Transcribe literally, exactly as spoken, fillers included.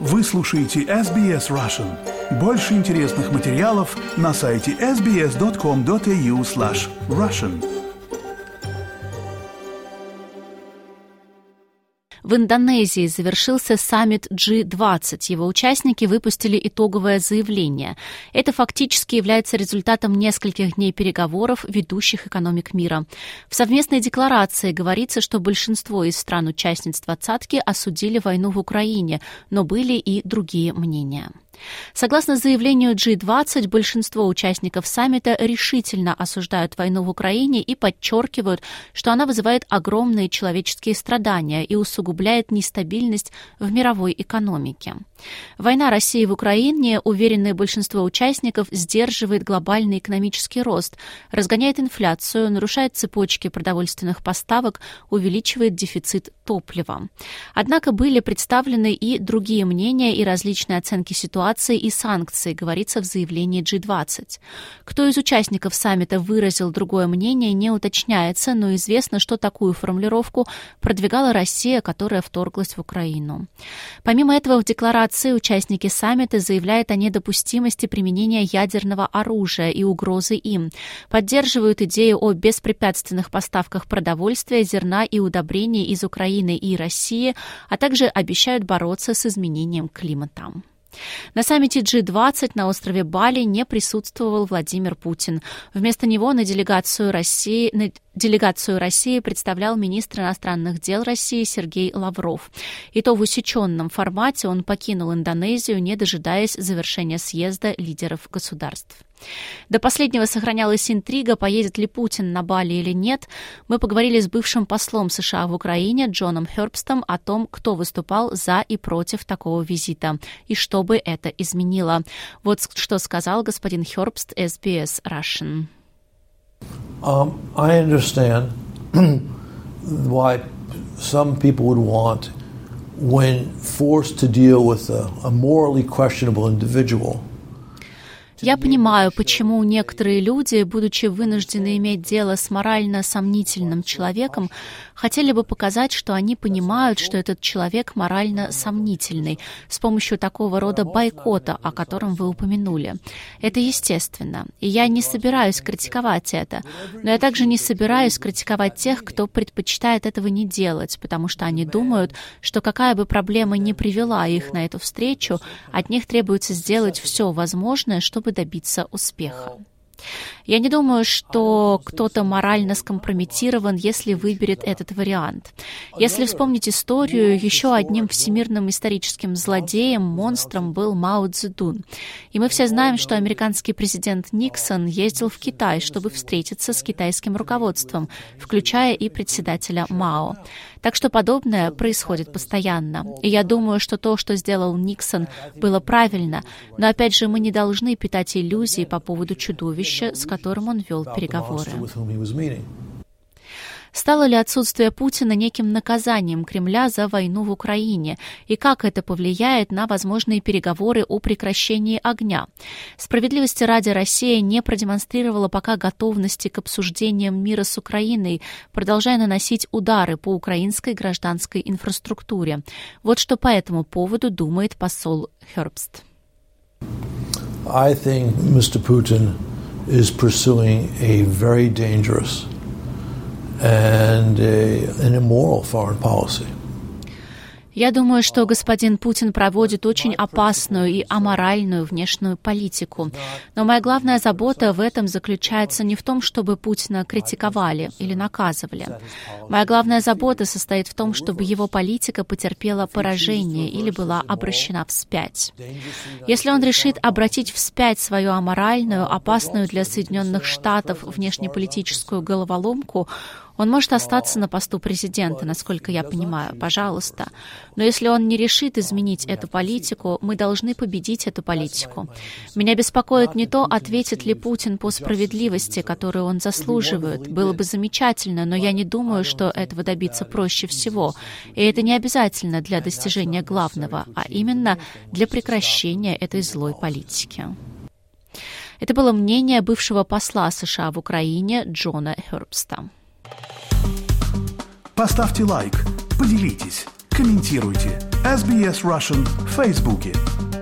Вы слушаете эс би эс Russian. Больше интересных материалов на сайте эс би эс точка ком точка эй ю слэш Russian. В Индонезии завершился саммит джи двадцать. Его участники выпустили итоговое заявление. Это фактически является результатом нескольких дней переговоров ведущих экономик мира. В совместной декларации говорится, что большинство из стран-участниц двадцатки осудили войну в Украине, но были и другие мнения. Согласно заявлению джи двадцать, большинство участников саммита решительно осуждают войну в Украине и подчеркивают, что она вызывает огромные человеческие страдания и усугубляет нестабильность в мировой экономике. Война России в Украине, уверенное большинство участников, сдерживает глобальный экономический рост, разгоняет инфляцию, нарушает цепочки продовольственных поставок, увеличивает дефицит топлива. Однако были представлены и другие мнения и различные оценки ситуации и санкций, говорится в заявлении джи двадцать. Кто из участников саммита выразил другое мнение, не уточняется, но известно, что такую формулировку продвигала Россия, которая вторглась в Украину. Помимо этого, в декларации участники саммита заявляют о недопустимости применения ядерного оружия и угрозы им, поддерживают идею о беспрепятственных поставках продовольствия, зерна и удобрений из Украины и России, а также обещают бороться с изменением климата. На саммите джи двадцать на острове Бали не присутствовал Владимир Путин. Вместо него на делегацию России, на делегацию России представлял министр иностранных дел России Сергей Лавров. И то в усеченном формате он покинул Индонезию, не дожидаясь завершения съезда лидеров государств. До последнего сохранялась интрига, поедет ли Путин на Бали или нет. Мы поговорили с бывшим послом США в Украине Джоном Хербстом о том, кто выступал за и против такого визита, и что бы это изменило. Вот что сказал господин Хербст эс би эс Russian. Um, I understand why some people would want, when forced to deal with a, a morally questionable individual. Я понимаю, почему некоторые люди, будучи вынуждены иметь дело с морально сомнительным человеком, хотели бы показать, что они понимают, что этот человек морально сомнительный, с помощью такого рода бойкота, о котором вы упомянули. Это естественно, и я не собираюсь критиковать это, но я также не собираюсь критиковать тех, кто предпочитает этого не делать, потому что они думают, что какая бы проблема ни привела их на эту встречу, от них требуется сделать все возможное, чтобы добиться успеха. Я не думаю, что кто-то морально скомпрометирован, если выберет этот вариант. Если вспомнить историю, еще одним всемирным историческим злодеем, монстром был Мао Цзэдун. И мы все знаем, что американский президент Никсон ездил в Китай, чтобы встретиться с китайским руководством, включая и председателя Мао. Так что подобное происходит постоянно. И я думаю, что то, что сделал Никсон, было правильно. Но опять же, мы не должны питать иллюзий по поводу чудовища, с которым он вел переговоры. Стало ли отсутствие Путина неким наказанием Кремля за войну в Украине? И как это повлияет на возможные переговоры о прекращении огня? Справедливости ради, Россия не продемонстрировала пока готовности к обсуждениям мира с Украиной, продолжая наносить удары по украинской гражданской инфраструктуре. Вот что по этому поводу думает посол Хербст. I think мистер Putin is pursuing a very dangerous and a, an immoral foreign policy. Я думаю, что господин Путин проводит очень опасную и аморальную внешнюю политику. Но моя главная забота в этом заключается не в том, чтобы Путина критиковали или наказывали. Моя главная забота состоит в том, чтобы его политика потерпела поражение или была обращена вспять. Если он решит обратить вспять свою аморальную, опасную для Соединенных Штатов внешнеполитическую головоломку, он может остаться на посту президента, насколько я понимаю, пожалуйста. Но если он не решит изменить эту политику, мы должны победить эту политику. Меня беспокоит не то, ответит ли Путин по справедливости, которую он заслуживает. Было бы замечательно, но я не думаю, что этого добиться проще всего. И это не обязательно для достижения главного, а именно для прекращения этой злой политики. Это было мнение бывшего посла США в Украине Джона Хербста. Поставьте лайк, поделитесь, комментируйте. эс би эс Russian в Фейсбуке.